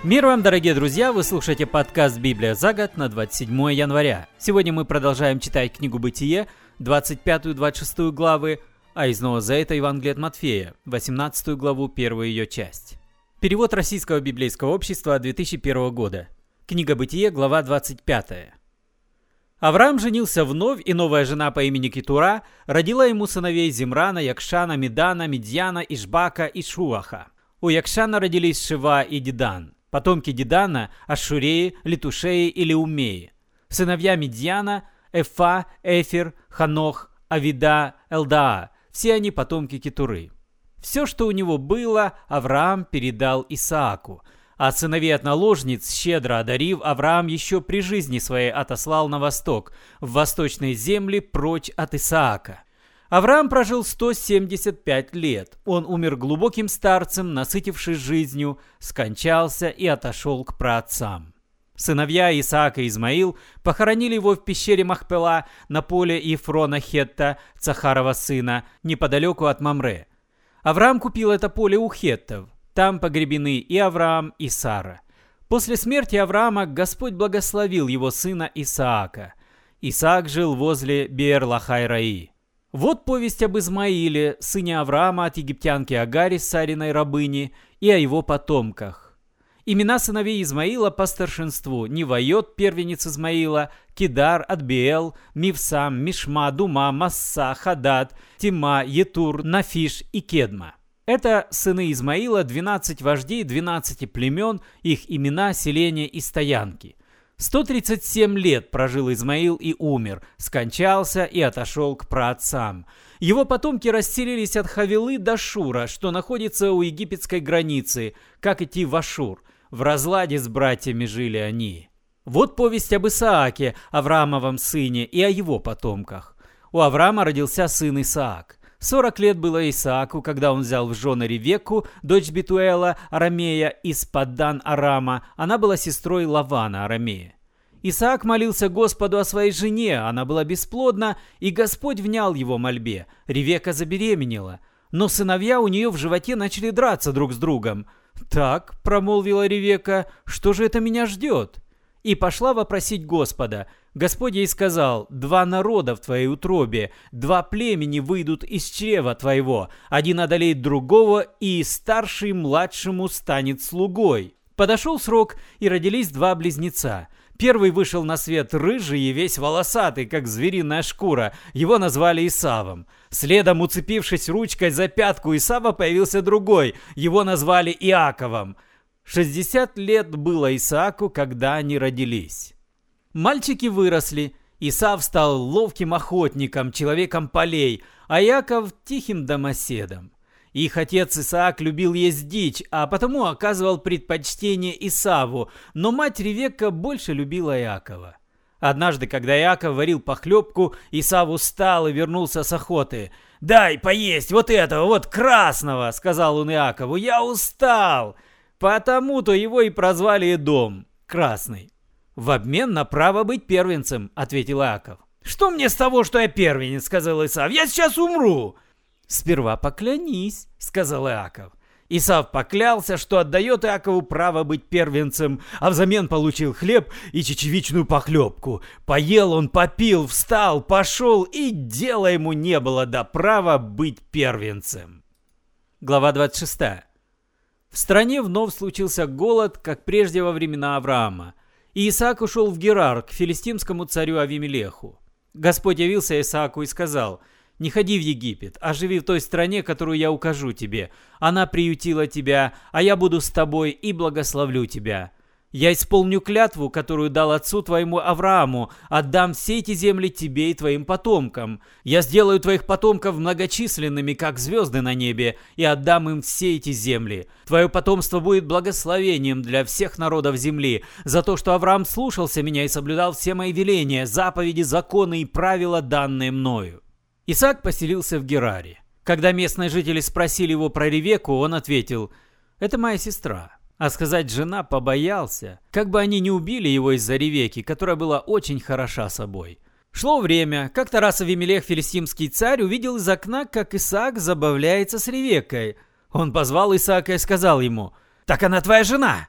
Мир вам, дорогие друзья! Вы слушаете подкаст «Библия за год» на 27 января. Сегодня мы продолжаем читать книгу «Бытие», 25-26 главы, а из Нового Завета Евангелие от Матфея, 18 главу, первую ее часть. Перевод Российского библейского общества 2001 года. Книга «Бытие», глава 25. Авраам женился вновь, и новая жена по имени Кетура родила ему сыновей Зимрана, Якшана, Медана, Медьяна, Ишбака и Шуаха. У Якшана родились Шива и Дедан. Потомки Дедана – Ашшуреи, Летушеи и Леумеи. Сыновья Медьяна – Эфа, Эфир, Ханох, Авида, Элдаа. Все они потомки Кетуры. Все, что у него было, Авраам передал Исааку. А сыновей от наложниц, щедро одарив, Авраам еще при жизни своей отослал на восток, в восточные земли прочь от Исаака. Авраам прожил 175 лет. Он умер глубоким старцем, насытившись жизнью, скончался и отошел к праотцам. Сыновья Исаака и Измаил похоронили его в пещере Махпела на поле Ефрона Хетта, Цахарова сына, неподалеку от Мамре. Авраам купил это поле у хеттов. Там погребены и Авраам, и Сара. После смерти Авраама Господь благословил его сына Исаака. Исаак жил возле Беэр-Лахай-Раи. Вот повесть об Измаиле, сыне Авраама от египтянки Агари, Сариной рабыни, и о его потомках. Имена сыновей Измаила по старшинству: Невайот, первенец Измаила, Кедар, Адбиэл, Мивсам, Мишма, Дума, Масса, Хадад, Тима, Етур, Нафиш и Кедма. Это сыны Измаила, 12 вождей, 12 племен, их имена, селения и стоянки. 137 лет прожил Измаил и умер, скончался и отошел к праотцам. Его потомки расселились от Хавилы до Шура, что находится у египетской границы, как идти в Ашур. В разладе с братьями жили они. Вот повесть об Исааке, Авраамовом сыне, и о его потомках. У Авраама родился сын Исаак. 40 лет было Исааку, когда он взял в жены Ревекку, дочь Бетуэла, арамея, из Паддан-Арама. Она была сестрой Лавана, арамея. Исаак молился Господу о своей жене, она была бесплодна, и Господь внял его мольбе. Ревекка забеременела, но сыновья у нее в животе начали драться друг с другом. «Так», — промолвила Ревекка, — «что же это меня ждет?» И пошла вопросить Господа. Господь ей сказал: «Два народа в твоей утробе, два племени выйдут из чрева твоего, один одолеет другого, и старший младшему станет слугой». Подошел срок, и родились два близнеца. Первый вышел на свет рыжий и весь волосатый, как звериная шкура. Его назвали Исавом. Следом, уцепившись ручкой за пятку Исава, появился другой. Его назвали Иаковом. 60 лет было Исааку, когда они родились. Мальчики выросли. Исав стал ловким охотником, человеком полей, а Иаков – тихим домоседом. Их отец Исаак любил есть дичь, а потому оказывал предпочтение Исаву, но мать Ревекка больше любила Иакова. Однажды, когда Иаков варил похлебку, Исав устал и вернулся с охоты. «Дай поесть вот этого, вот красного!» – сказал он Иакову. «Я устал!» Потому-то его и прозвали Эдом, красный. «В обмен на право быть первенцем», — ответил Иаков. «Что мне с того, что я первенец?» — сказал Исав. «Я сейчас умру». «Сперва поклянись», — сказал Иаков. Исав поклялся, что отдает Иакову право быть первенцем, а взамен получил хлеб и чечевичную похлебку. Поел он, попил, встал, пошел, и дела ему не было до права быть первенцем. Глава 26. В стране вновь случился голод, как прежде во времена Авраама. И Исаак ушел в Герар, к филистимскому царю Авимелеху. Господь явился Исааку и сказал: «Не ходи в Египет, а живи в той стране, которую я укажу тебе. Она приютила тебя, а я буду с тобой и благословлю тебя. Я исполню клятву, которую дал отцу твоему Аврааму, отдам все эти земли тебе и твоим потомкам. Я сделаю твоих потомков многочисленными, как звезды на небе, и отдам им все эти земли. Твое потомство будет благословением для всех народов земли, за то, что Авраам слушался меня и соблюдал все мои веления, заповеди, законы и правила, данные мною». Исаак поселился в Гераре. Когда местные жители спросили его про Ревекку, он ответил: «Это моя сестра». А сказать «жена» побоялся, как бы они не убили его из-за Ревекки, которая была очень хороша собой. Шло время. Как-то раз Авимелех, филистимский царь, увидел из окна, как Исаак забавляется с Ревеккой. Он позвал Исаака и сказал ему: «Так она твоя жена?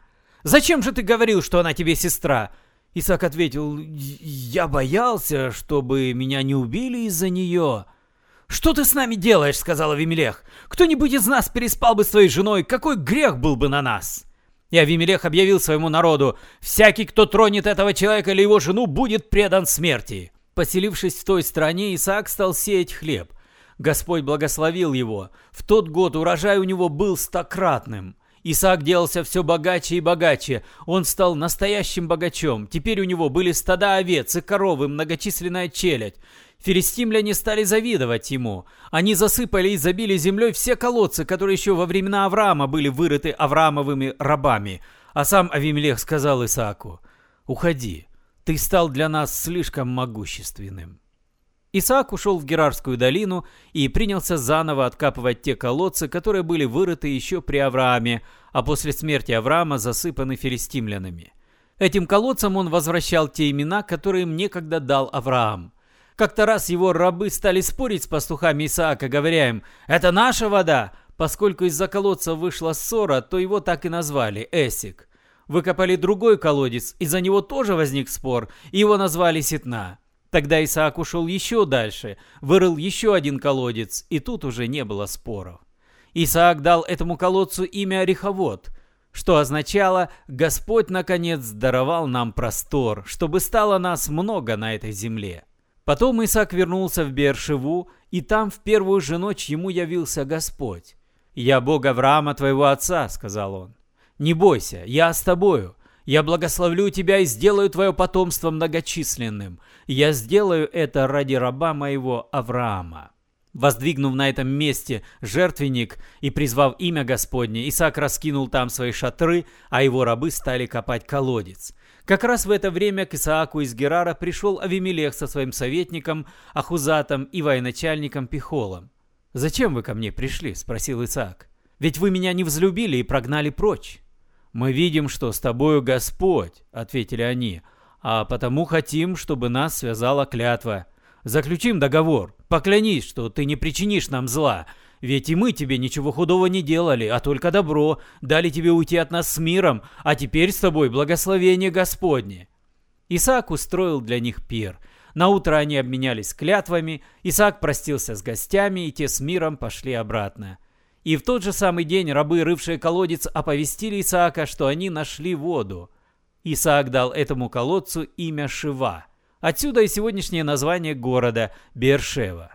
Зачем же ты говорил, что она тебе сестра?» Исаак ответил: «Я боялся, чтобы меня не убили из-за нее». «Что ты с нами делаешь?» — сказал Авимелех. «Кто-нибудь из нас переспал бы с твоей женой, какой грех был бы на нас?» И Авимелех объявил своему народу: «Всякий, кто тронет этого человека или его жену, будет предан смерти». Поселившись в той стране, Исаак стал сеять хлеб. Господь благословил его. В тот год урожай у него был 100-кратным. Исаак делался все богаче и богаче. Он стал настоящим богачом. Теперь у него были стада овец и коровы, многочисленная челядь. Филистимляне стали завидовать ему. Они засыпали и забили землей все колодцы, которые еще во времена Авраама были вырыты Авраамовыми рабами. А сам Авимелех сказал Исааку: «Уходи, ты стал для нас слишком могущественным». Исаак ушел в Герарскую долину и принялся заново откапывать те колодцы, которые были вырыты еще при Аврааме, а после смерти Авраама засыпаны филистимлянами. Этим колодцам он возвращал те имена, которые им некогда дал Авраам. Как-то раз его рабы стали спорить с пастухами Исаака, говоря им: «Это наша вода!» Поскольку из-за колодца вышла ссора, то его так и назвали Эсик. Выкопали другой колодец, из-за него тоже возник спор, и его назвали Ситна. Тогда Исаак ушел еще дальше, вырыл еще один колодец, и тут уже не было споров. Исаак дал этому колодцу имя Реховот, что означало: «Господь, наконец, даровал нам простор, чтобы стало нас много на этой земле». Потом Исаак вернулся в Беэр-Шеву, и там в первую же ночь ему явился Господь. «Я Бог Авраама, твоего отца», — сказал он. «Не бойся, я с тобою. Я благословлю тебя и сделаю твое потомство многочисленным. Я сделаю это ради раба моего Авраама». Воздвигнув на этом месте жертвенник и призвав имя Господне, Исаак раскинул там свои шатры, а его рабы стали копать колодец. Как раз в это время к Исааку из Герара пришел Авимелех со своим советником Ахузатом и военачальником Пихолом. «Зачем вы ко мне пришли?» – спросил Исаак. «Ведь вы меня не возлюбили и прогнали прочь». «Мы видим, что с тобою Господь», — ответили они, — «а потому хотим, чтобы нас связала клятва. Заключим договор, поклянись, что ты не причинишь нам зла, ведь и мы тебе ничего худого не делали, а только добро, дали тебе уйти от нас с миром, а теперь с тобой благословение Господне». Исаак устроил для них пир. Наутро они обменялись клятвами, Исаак простился с гостями, и те с миром пошли обратно. И в тот же самый день рабы, рывшие колодец, оповестили Исаака, что они нашли воду. Исаак дал этому колодцу имя Шива. Отсюда и сегодняшнее название города Беэр-Шева.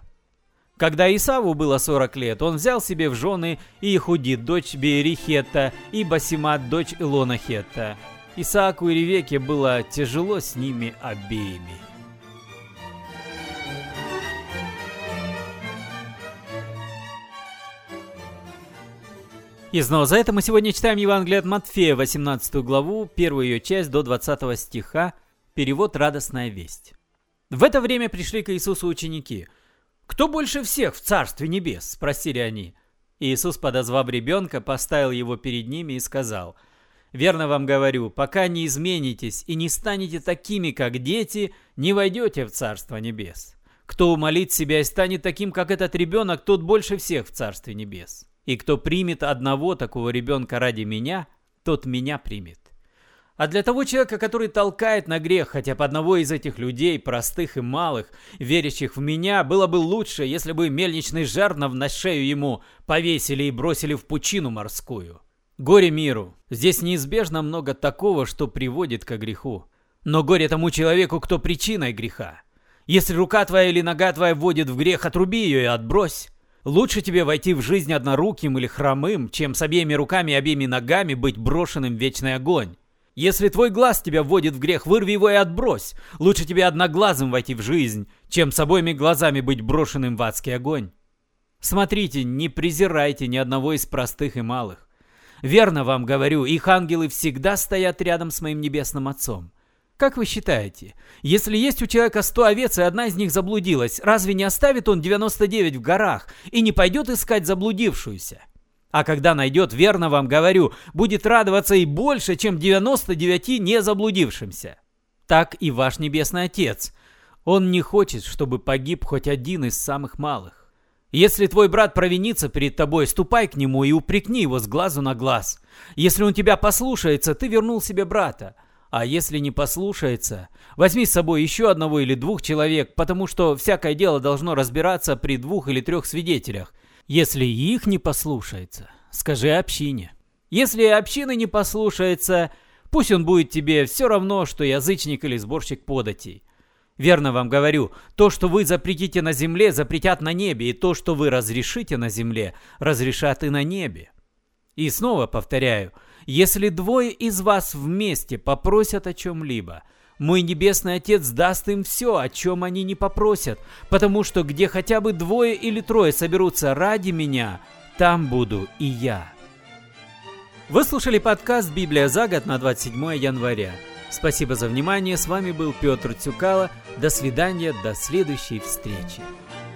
Когда Исаву было 40 лет, он взял себе в жены Иехудит, дочь Беери Хетта, и Басимат, дочь Илона Хетта. Исааку и Ревеке было тяжело с ними обеими. И снова за это мы сегодня читаем Евангелие от Матфея, 18 главу, первую ее часть до 20 стиха, перевод «Радостная весть». В это время пришли к Иисусу ученики. «Кто больше всех в Царстве Небес?» – спросили они. И Иисус, подозвав ребенка, поставил его перед ними и сказал: «Верно вам говорю, пока не изменитесь и не станете такими, как дети, не войдете в Царство Небес. Кто умолит себя и станет таким, как этот ребенок, тот больше всех в Царстве Небес. И кто примет одного такого ребенка ради меня, тот меня примет». А для того человека, который толкает на грех хотя бы одного из этих людей, простых и малых, верящих в меня, было бы лучше, если бы мельничный жернов на шею ему повесили и бросили в пучину морскую. Горе миру! Здесь неизбежно много такого, что приводит ко греху. Но горе тому человеку, кто причиной греха. Если рука твоя или нога твоя вводит в грех, отруби ее и отбрось. Лучше тебе войти в жизнь одноруким или хромым, чем с обеими руками и обеими ногами быть брошенным в вечный огонь. Если твой глаз тебя вводит в грех, вырви его и отбрось. Лучше тебе одноглазым войти в жизнь, чем с обоими глазами быть брошенным в адский огонь. Смотрите, не презирайте ни одного из простых и малых. Верно вам говорю, их ангелы всегда стоят рядом с моим небесным Отцом. Как вы считаете, если есть у человека 100 овец, и одна из них заблудилась, разве не оставит он 99 в горах и не пойдет искать заблудившуюся? А когда найдет, верно вам говорю, будет радоваться и больше, чем 99 не заблудившимся. Так и ваш Небесный Отец. Он не хочет, чтобы погиб хоть один из самых малых. Если твой брат провинится перед тобой, ступай к нему и упрекни его с глазу на глаз. Если он тебя послушается, ты вернул себе брата. А если не послушается, возьми с собой еще одного или двух человек, потому что всякое дело должно разбираться при 2 или 3 свидетелях. Если их не послушается, скажи общине. Если община не послушается, пусть он будет тебе все равно, что язычник или сборщик податей. Верно вам говорю, то, что вы запретите на земле, запретят на небе, и то, что вы разрешите на земле, разрешат и на небе. И снова повторяю, если 2 из вас вместе попросят о чем-либо, мой Небесный Отец даст им все, о чем они не попросят, потому что где хотя бы 2 или 3 соберутся ради меня, там буду и я. Вы слушали подкаст «Библия за год» на 27 января. Спасибо за внимание. С вами был Петр Цюкало. До свидания, до следующей встречи.